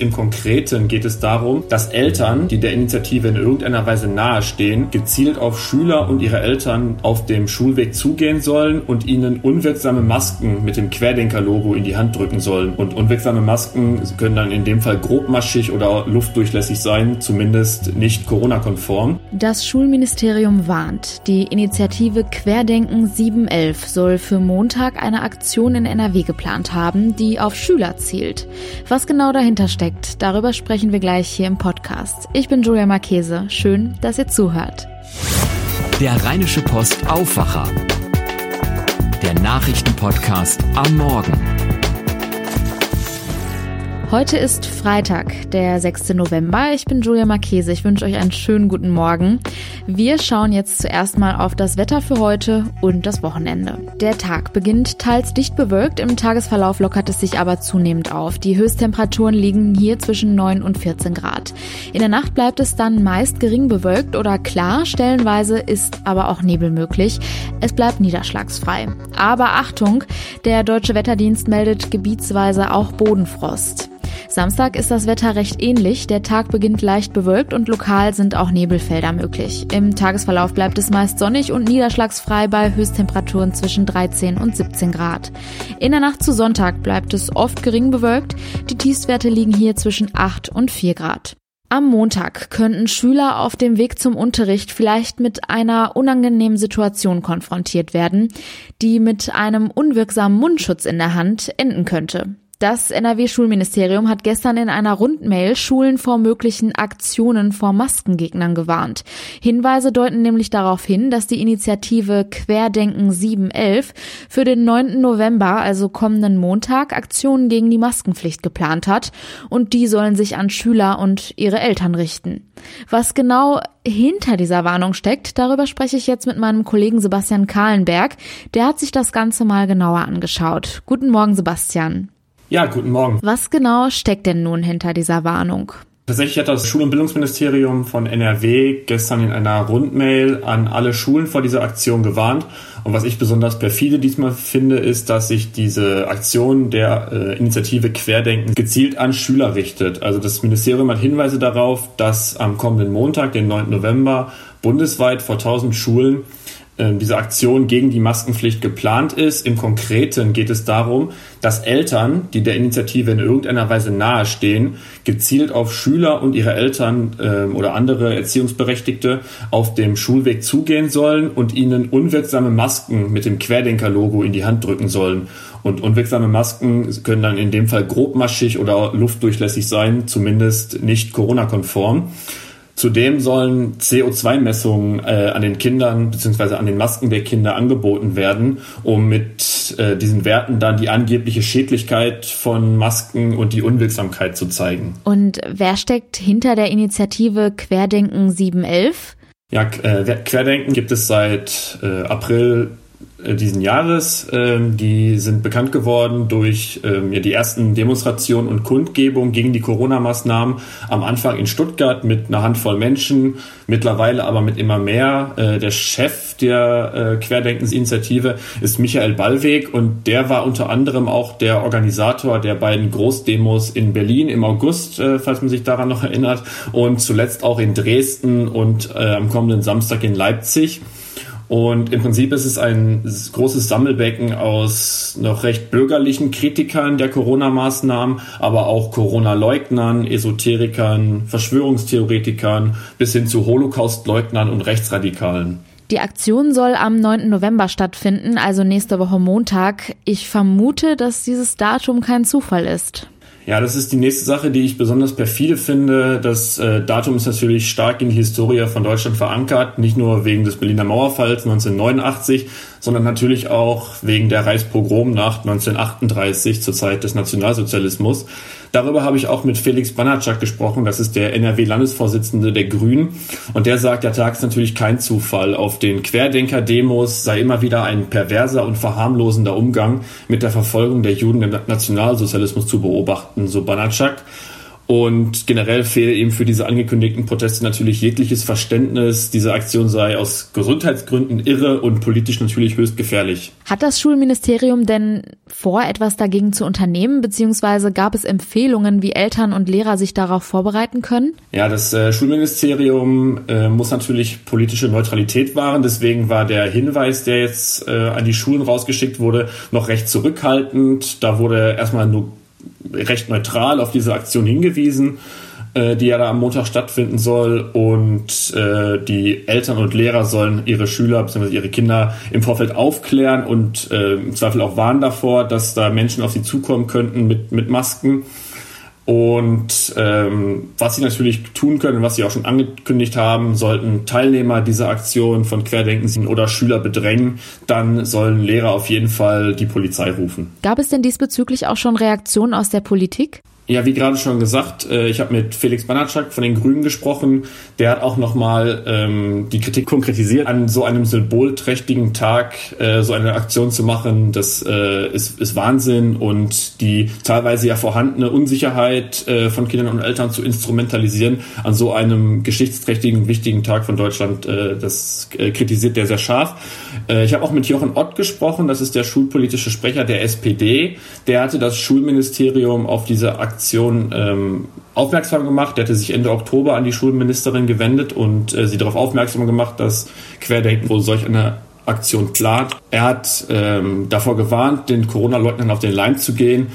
Im Konkreten geht es darum, dass Eltern, die der Initiative in irgendeiner Weise nahestehen, gezielt auf Schüler und ihre Eltern auf dem Schulweg zugehen sollen und ihnen unwirksame Masken mit dem Querdenker-Logo in die Hand drücken sollen. Und unwirksame Masken können dann in dem Fall grobmaschig oder luftdurchlässig sein, zumindest nicht Corona-konform. Das Schulministerium warnt. Die Initiative Querdenken 711 soll für Montag eine Aktion in NRW geplant haben, die auf Schüler zielt. Was genau dahinter steckt, darüber sprechen wir gleich hier im Podcast. Ich bin Julia Marchese. Schön, dass ihr zuhört. Der Rheinische Post Aufwacher. Der Nachrichtenpodcast am Morgen. Heute ist Freitag, der 6. November. Ich bin Julia Marchese. Ich wünsche euch einen schönen guten Morgen. Wir schauen jetzt zuerst mal auf das Wetter für heute und das Wochenende. Der Tag beginnt teils dicht bewölkt, im Tagesverlauf lockert es sich aber zunehmend auf. Die Höchsttemperaturen liegen hier zwischen 9 und 14 Grad. In der Nacht bleibt es dann meist gering bewölkt oder klar, stellenweise ist aber auch Nebel möglich. Es bleibt niederschlagsfrei. Aber Achtung, der Deutsche Wetterdienst meldet gebietsweise auch Bodenfrost. Samstag ist das Wetter recht ähnlich. Der Tag beginnt leicht bewölkt und lokal sind auch Nebelfelder möglich. Im Tagesverlauf bleibt es meist sonnig und niederschlagsfrei bei Höchsttemperaturen zwischen 13 und 17 Grad. In der Nacht zu Sonntag bleibt es oft gering bewölkt. Die Tiefstwerte liegen hier zwischen 8 und 4 Grad. Am Montag könnten Schüler auf dem Weg zum Unterricht vielleicht mit einer unangenehmen Situation konfrontiert werden, die mit einem unwirksamen Mundschutz in der Hand enden könnte. Das NRW-Schulministerium hat gestern in einer Rundmail Schulen vor möglichen Aktionen vor Maskengegnern gewarnt. Hinweise deuten nämlich darauf hin, dass die Initiative Querdenken 711 für den 9. November, also kommenden Montag, Aktionen gegen die Maskenpflicht geplant hat. Und die sollen sich an Schüler und ihre Eltern richten. Was genau hinter dieser Warnung steckt, darüber spreche ich jetzt mit meinem Kollegen Sebastian Kahlenberg. Der hat sich das Ganze mal genauer angeschaut. Guten Morgen, Sebastian. Ja, guten Morgen. Was genau steckt denn nun hinter dieser Warnung? Tatsächlich hat das Schul- und Bildungsministerium von NRW gestern in einer Rundmail an alle Schulen vor dieser Aktion gewarnt. Und was ich besonders perfide diesmal finde, ist, dass sich diese Aktion der Initiative Querdenken gezielt an Schüler richtet. Also das Ministerium hat Hinweise darauf, dass am kommenden Montag, den 9. November, bundesweit vor 1000 Schulen diese Aktion gegen die Maskenpflicht geplant ist. Im Konkreten geht es darum, dass Eltern, die der Initiative in irgendeiner Weise nahestehen, gezielt auf Schüler und ihre Eltern oder andere Erziehungsberechtigte auf dem Schulweg zugehen sollen und ihnen unwirksame Masken mit dem Querdenker-Logo in die Hand drücken sollen. Und unwirksame Masken können dann in dem Fall grobmaschig oder luftdurchlässig sein, zumindest nicht Corona-konform. Zudem sollen CO2-Messungen an den Kindern bzw. an den Masken der Kinder angeboten werden, um mit diesen Werten dann die angebliche Schädlichkeit von Masken und die Unwirksamkeit zu zeigen. Und wer steckt hinter der Initiative Querdenken 711? Ja, Querdenken gibt es seit April diesen Jahres. Die sind bekannt geworden durch die ersten Demonstrationen und Kundgebungen gegen die Corona-Maßnahmen. Am Anfang in Stuttgart mit einer Handvoll Menschen, mittlerweile aber mit immer mehr. Der Chef der Querdenkensinitiative ist Michael Ballweg und der war unter anderem auch der Organisator der beiden Großdemos in Berlin im August, falls man sich daran noch erinnert, und zuletzt auch in Dresden und am kommenden Samstag in Leipzig. Und im Prinzip ist es ein großes Sammelbecken aus noch recht bürgerlichen Kritikern der Corona-Maßnahmen, aber auch Corona-Leugnern, Esoterikern, Verschwörungstheoretikern bis hin zu Holocaust-Leugnern und Rechtsradikalen. Die Aktion soll am 9. November stattfinden, also nächste Woche Montag. Ich vermute, dass dieses Datum kein Zufall ist. Ja, das ist die nächste Sache, die ich besonders perfide finde. Das Datum ist natürlich stark in die Historie von Deutschland verankert, nicht nur wegen des Berliner Mauerfalls 1989, sondern natürlich auch wegen der Reichspogromnacht 1938 zur Zeit des Nationalsozialismus. Darüber habe ich auch mit Felix Banatschak gesprochen, das ist der NRW-Landesvorsitzende der Grünen. Und der sagt, der Tag ist natürlich kein Zufall. Auf den Querdenker-Demos sei immer wieder ein perverser und verharmlosender Umgang mit der Verfolgung der Juden im Nationalsozialismus zu beobachten, so Banatschak. Und generell fehle ihm für diese angekündigten Proteste natürlich jegliches Verständnis. Diese Aktion sei aus Gesundheitsgründen irre und politisch natürlich höchst gefährlich. Hat das Schulministerium denn vor, etwas dagegen zu unternehmen, beziehungsweise gab es Empfehlungen, wie Eltern und Lehrer sich darauf vorbereiten können? Ja, das Schulministerium muss natürlich politische Neutralität wahren. Deswegen war der Hinweis, der jetzt an die Schulen rausgeschickt wurde, noch recht zurückhaltend. Da wurde erstmal nur recht neutral auf diese Aktion hingewiesen, die ja da am Montag stattfinden soll, und die Eltern und Lehrer sollen ihre Schüler bzw. ihre Kinder im Vorfeld aufklären und im Zweifel auch warnen davor, dass da Menschen auf sie zukommen könnten mit Masken. Und was sie natürlich tun können, was sie auch schon angekündigt haben, sollten Teilnehmer dieser Aktion von Querdenken oder Schüler bedrängen, dann sollen Lehrer auf jeden Fall die Polizei rufen. Gab es denn diesbezüglich auch schon Reaktionen aus der Politik? Ja, wie gerade schon gesagt, ich habe mit Felix Banatschak von den Grünen gesprochen. Der hat auch nochmal die Kritik konkretisiert. An so einem symbolträchtigen Tag so eine Aktion zu machen, das ist Wahnsinn, und die teilweise ja vorhandene Unsicherheit von Kindern und Eltern zu instrumentalisieren an so einem geschichtsträchtigen, wichtigen Tag von Deutschland, das kritisiert der sehr scharf. Ich habe auch mit Jochen Ott gesprochen, das ist der schulpolitische Sprecher der SPD. Der hatte das Schulministerium auf diese Aktion aufmerksam gemacht. Der hatte sich Ende Oktober an die Schulministerin gewendet und sie darauf aufmerksam gemacht, dass Querdenken wohl solch eine Aktion plant. Er hat davor gewarnt, den Corona-Leugnern auf den Leim zu gehen,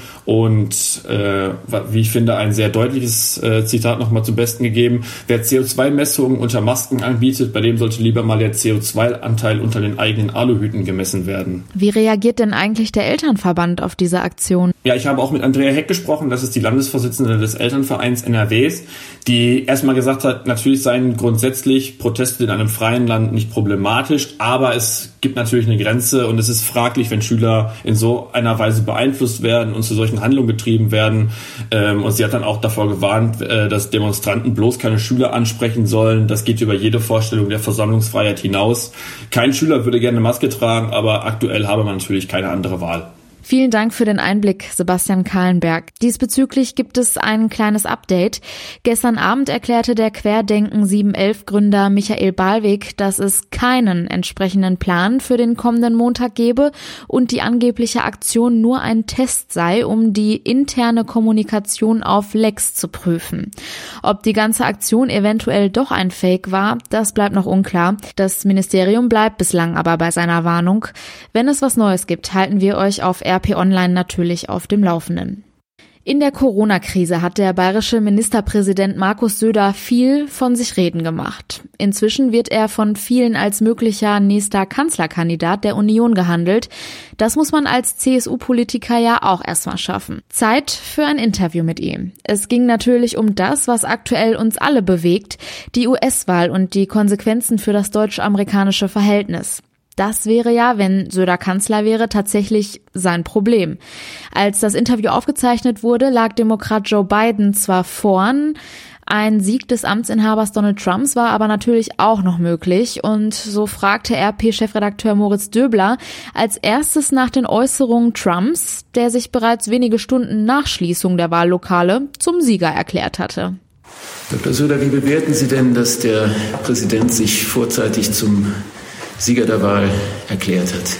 und wie ich finde, ein sehr deutliches Zitat nochmal zum Besten gegeben: Wer CO2-Messungen unter Masken anbietet, bei dem sollte lieber mal der CO2-Anteil unter den eigenen Aluhüten gemessen werden. Wie reagiert denn eigentlich der Elternverband auf diese Aktion? Ja, ich habe auch mit Andrea Heck gesprochen, das ist die Landesvorsitzende des Elternvereins NRWs, die erstmal gesagt hat, natürlich seien grundsätzlich Proteste in einem freien Land nicht problematisch, aber es gibt natürlich eine Grenze, und es ist fraglich, wenn Schüler in so einer Weise beeinflusst werden und zu solchen Handlungen getrieben werden. Und sie hat dann auch davor gewarnt, dass Demonstranten bloß keine Schüler ansprechen sollen. Das geht über jede Vorstellung der Versammlungsfreiheit hinaus. Kein Schüler würde gerne eine Maske tragen, aber aktuell habe man natürlich keine andere Wahl. Vielen Dank für den Einblick, Sebastian Kahlenberg. Diesbezüglich gibt es ein kleines Update. Gestern Abend erklärte der Querdenken 711-Gründer Michael Ballweg, dass es keinen entsprechenden Plan für den kommenden Montag gebe und die angebliche Aktion nur ein Test sei, um die interne Kommunikation auf Lecks zu prüfen. Ob die ganze Aktion eventuell doch ein Fake war, das bleibt noch unklar. Das Ministerium bleibt bislang aber bei seiner Warnung. Wenn es was Neues gibt, halten wir euch auf RP Online natürlich auf dem Laufenden. In der Corona-Krise hat der bayerische Ministerpräsident Markus Söder viel von sich reden gemacht. Inzwischen wird er von vielen als möglicher nächster Kanzlerkandidat der Union gehandelt. Das muss man als CSU-Politiker ja auch erstmal schaffen. Zeit für ein Interview mit ihm. Es ging natürlich um das, was aktuell uns alle bewegt, die US-Wahl und die Konsequenzen für das deutsch-amerikanische Verhältnis. Das wäre ja, wenn Söder Kanzler wäre, tatsächlich sein Problem. Als das Interview aufgezeichnet wurde, lag Demokrat Joe Biden zwar vorn, ein Sieg des Amtsinhabers Donald Trumps war aber natürlich auch noch möglich, und so fragte RP-Chefredakteur Moritz Döbler als erstes nach den Äußerungen Trumps, der sich bereits wenige Stunden nach Schließung der Wahllokale zum Sieger erklärt hatte. Dr. Söder, wie bewerten Sie denn, dass der Präsident sich vorzeitig zum Sieger der Wahl erklärt hat?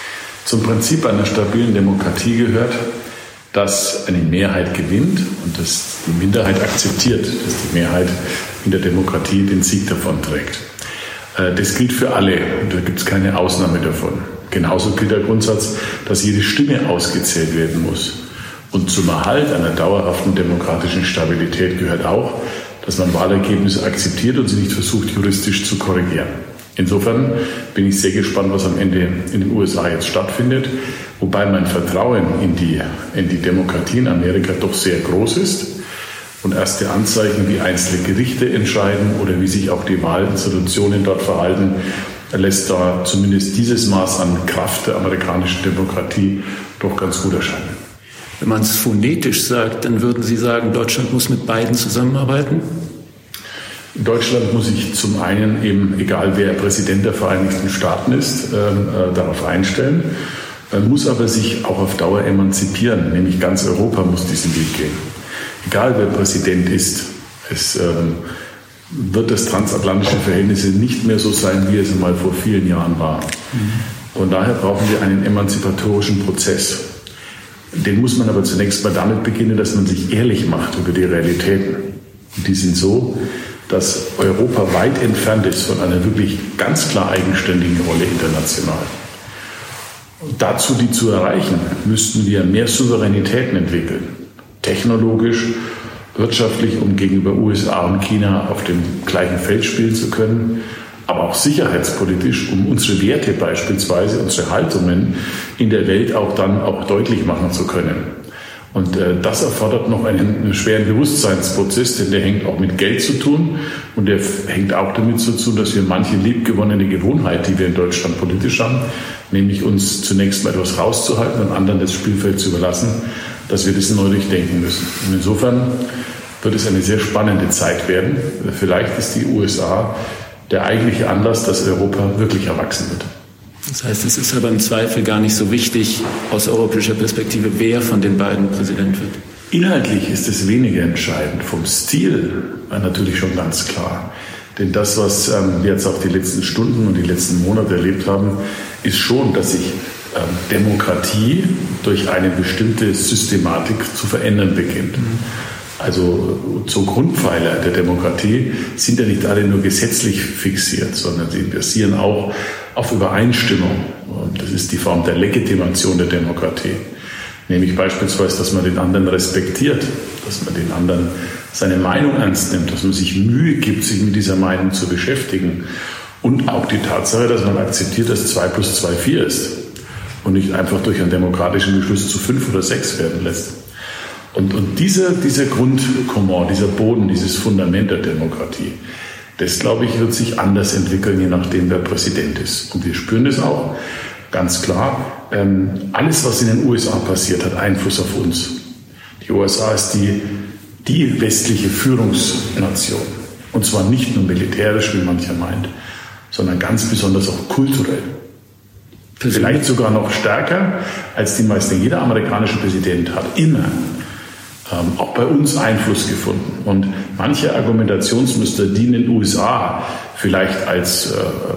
Zum Prinzip einer stabilen Demokratie gehört, dass eine Mehrheit gewinnt und dass die Minderheit akzeptiert, dass die Mehrheit in der Demokratie den Sieg davonträgt. Das gilt für alle, und da gibt es keine Ausnahme davon. Genauso gilt der Grundsatz, dass jede Stimme ausgezählt werden muss. Und zum Erhalt einer dauerhaften demokratischen Stabilität gehört auch, dass man Wahlergebnisse akzeptiert und sie nicht versucht, juristisch zu korrigieren. Insofern bin ich sehr gespannt, was am Ende in den USA jetzt stattfindet, wobei mein Vertrauen in die Demokratie in Amerika doch sehr groß ist, und erste Anzeichen, wie einzelne Gerichte entscheiden oder wie sich auch die Wahlinstitutionen dort verhalten, lässt da zumindest dieses Maß an Kraft der amerikanischen Demokratie doch ganz gut erscheinen. Wenn man es phonetisch sagt, dann würden Sie sagen, Deutschland muss mit beiden zusammenarbeiten? In Deutschland muss sich zum einen eben, egal wer Präsident der Vereinigten Staaten ist, darauf einstellen, muss aber sich auch auf Dauer emanzipieren, nämlich ganz Europa muss diesen Weg gehen. egal wer Präsident ist, es wird das transatlantische Verhältnis nicht mehr so sein, wie es einmal vor vielen Jahren war. Von daher brauchen wir einen emanzipatorischen Prozess. Den muss man aber zunächst mal damit beginnen, dass man sich ehrlich macht über die Realitäten. Und die sind so, dass Europa weit entfernt ist von einer wirklich ganz klar eigenständigen Rolle international. Und dazu, die zu erreichen, müssten wir mehr Souveränitäten entwickeln. Technologisch, wirtschaftlich, um gegenüber USA und China auf dem gleichen Feld spielen zu können, aber auch sicherheitspolitisch, um unsere Werte beispielsweise, unsere Haltungen in der Welt auch deutlich machen zu können. Und das erfordert noch einen schweren Bewusstseinsprozess, denn der hängt auch mit Geld zu tun und der hängt auch damit zu tun, dass wir manche liebgewonnene Gewohnheit, die wir in Deutschland politisch haben, nämlich uns zunächst mal etwas rauszuhalten und anderen das Spielfeld zu überlassen, dass wir das neu durchdenken müssen. Und insofern wird es eine sehr spannende Zeit werden. Vielleicht ist die USA der eigentliche Anlass, dass Europa wirklich erwachsen wird. Das heißt, es ist aber im Zweifel gar nicht so wichtig aus europäischer Perspektive, wer von den beiden Präsident wird. Inhaltlich ist es weniger entscheidend. Vom Stil natürlich schon ganz klar. Denn das, was wir jetzt auch die letzten Stunden und die letzten Monate erlebt haben, ist schon, dass sich Demokratie durch eine bestimmte Systematik zu verändern beginnt. Also so Grundpfeiler der Demokratie sind ja nicht alle nur gesetzlich fixiert, sondern sie basieren auch auf Übereinstimmung. Und das ist die Form der Legitimation der Demokratie. Nämlich beispielsweise, dass man den anderen respektiert, dass man den anderen seine Meinung ernst nimmt, dass man sich Mühe gibt, sich mit dieser Meinung zu beschäftigen. Und auch die Tatsache, dass man akzeptiert, dass 2 + 2 4 ist und nicht einfach durch einen demokratischen Beschluss zu 5 oder 6 werden lässt. Und dieser Grundkommun, dieser Boden, dieses Fundament der Demokratie, das, glaube ich, wird sich anders entwickeln, je nachdem, wer Präsident ist. Und wir spüren das auch ganz klar. Alles, was in den USA passiert, hat Einfluss auf uns. Die USA ist die westliche Führungsnation. Und zwar nicht nur militärisch, wie mancher meint, sondern ganz besonders auch kulturell. Vielleicht sogar noch stärker, als die meisten. Jeder amerikanische Präsident hat immer auch bei uns Einfluss gefunden. Und manche Argumentationsmuster, die in den USA vielleicht als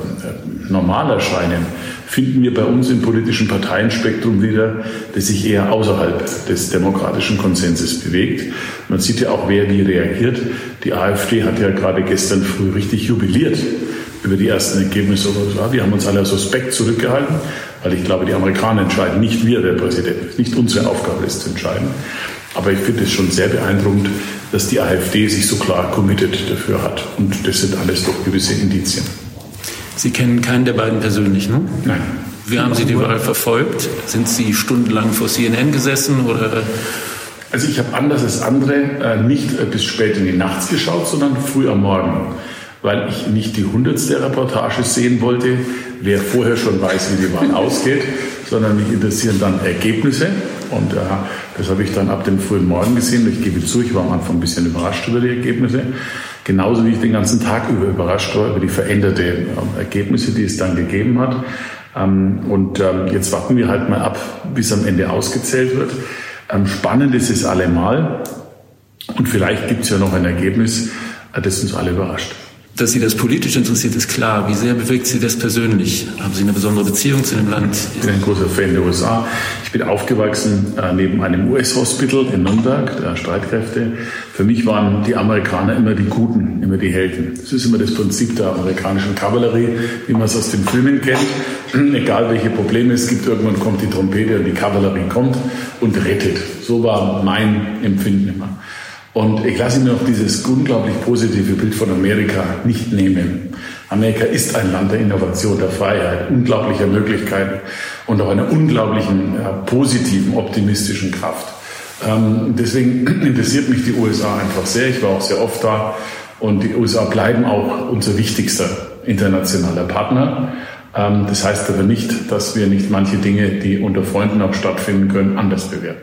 normal erscheinen, finden wir bei uns im politischen Parteienspektrum wieder, das sich eher außerhalb des demokratischen Konsenses bewegt. Man sieht ja auch, wer wie reagiert. Die AfD hat ja gerade gestern früh richtig jubiliert über die ersten Ergebnisse. Wir haben uns alle suspekt zurückgehalten, weil ich glaube, die Amerikaner entscheiden, nicht wir, der Präsident. Nicht unsere Aufgabe ist zu entscheiden. Aber ich finde es schon sehr beeindruckend, dass die AfD sich so klar committed dafür hat. Und das sind alles doch gewisse Indizien. Sie kennen keinen der beiden persönlich, ne? Nein. Wie haben Sie die Wahl verfolgt? Sind Sie stundenlang vor CNN gesessen oder? Also ich habe anders als andere nicht bis spät in die Nacht geschaut, sondern früh am Morgen, weil ich nicht die 100. Reportage sehen wollte, wer vorher schon weiß, wie die Wahl ausgeht, sondern mich interessieren dann Ergebnisse. Und das habe ich dann ab dem frühen Morgen gesehen. Ich gebe zu, ich war am Anfang ein bisschen überrascht über die Ergebnisse. Genauso wie ich den ganzen Tag über überrascht war über die veränderten Ergebnisse, die es dann gegeben hat. Jetzt warten wir halt mal ab, bis am Ende ausgezählt wird. Spannend ist es allemal. Und vielleicht gibt es ja noch ein Ergebnis, das uns alle überrascht. Dass Sie das politisch interessiert, ist klar. Wie sehr bewegt Sie das persönlich? Haben Sie eine besondere Beziehung zu dem Land? Ich bin ein großer Fan der USA. Ich bin aufgewachsen neben einem US-Hospital in Nürnberg, der Streitkräfte. Für mich waren die Amerikaner immer die Guten, immer die Helden. Das ist immer das Prinzip der amerikanischen Kavallerie, wie man es aus den Filmen kennt. Egal welche Probleme es gibt, irgendwann kommt die Trompete und die Kavallerie kommt und rettet. So war mein Empfinden immer. Und ich lasse mir auch dieses unglaublich positive Bild von Amerika nicht nehmen. Amerika ist ein Land der Innovation, der Freiheit, unglaublicher Möglichkeiten und auch einer unglaublichen, positiven, optimistischen Kraft. Deswegen interessiert mich die USA einfach sehr. Ich war auch sehr oft da und die USA bleiben auch unser wichtigster internationaler Partner. Das heißt aber nicht, dass wir nicht manche Dinge, die unter Freunden auch stattfinden können, anders bewerten.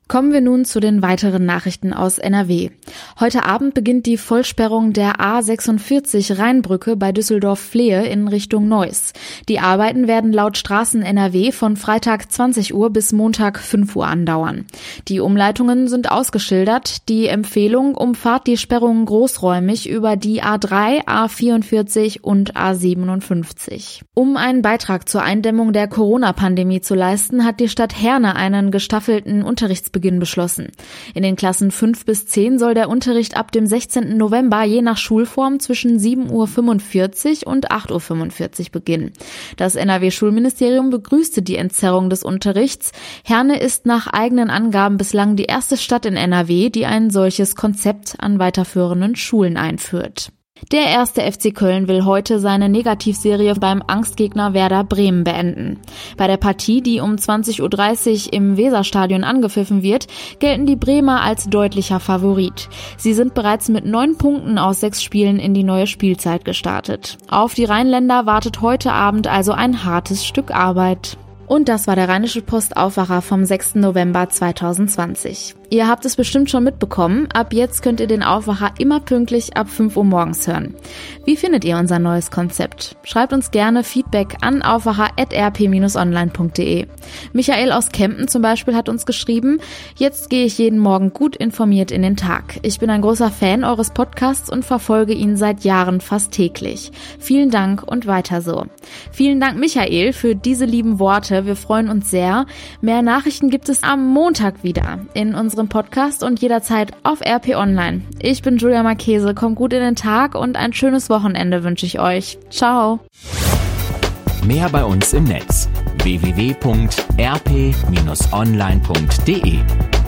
Kommen wir nun zu den weiteren Nachrichten aus NRW. Heute Abend beginnt die Vollsperrung der A46 Rheinbrücke bei Düsseldorf-Flehe in Richtung Neuss. Die Arbeiten werden laut Straßen NRW von Freitag 20 Uhr bis Montag 5 Uhr andauern. Die Umleitungen sind ausgeschildert. Die Empfehlung umfahrt die Sperrungen großräumig über die A3, A44 und A57. Um einen Beitrag zur Eindämmung der Corona-Pandemie zu leisten, hat die Stadt Herne einen gestaffelten Unterrichtsbeginn beschlossen. In den Klassen 5 bis 10 soll der Unterricht ab dem 16. November je nach Schulform zwischen 7.45 Uhr und 8.45 Uhr beginnen. Das NRW-Schulministerium begrüßte die Entzerrung des Unterrichts. Herne ist nach eigenen Angaben bislang die erste Stadt in NRW, die ein solches Konzept an weiterführenden Schulen einführt. Der 1. FC Köln will heute seine Negativserie beim Angstgegner Werder Bremen beenden. Bei der Partie, die um 20.30 Uhr im Weserstadion angepfiffen wird, gelten die Bremer als deutlicher Favorit. Sie sind bereits mit 9 Punkten aus 6 Spielen in die neue Spielzeit gestartet. Auf die Rheinländer wartet heute Abend also ein hartes Stück Arbeit. Und das war der Rheinische Post Aufwacher vom 6. November 2020. Ihr habt es bestimmt schon mitbekommen, ab jetzt könnt ihr den Aufwacher immer pünktlich ab 5 Uhr morgens hören. Wie findet ihr unser neues Konzept? Schreibt uns gerne Feedback an aufwacher@rp-online.de. Michael aus Kempen zum Beispiel hat uns geschrieben: Jetzt gehe ich jeden Morgen gut informiert in den Tag. Ich bin ein großer Fan eures Podcasts und verfolge ihn seit Jahren fast täglich. Vielen Dank und weiter so. Vielen Dank, Michael, für diese lieben Worte. Wir freuen uns sehr. Mehr Nachrichten gibt es am Montag wieder in unserem Podcast und jederzeit auf RP Online. Ich bin Julia Marchese, kommt gut in den Tag und ein schönes Wochenende wünsche ich euch. Ciao. Mehr bei uns im Netz: www.rp-online.de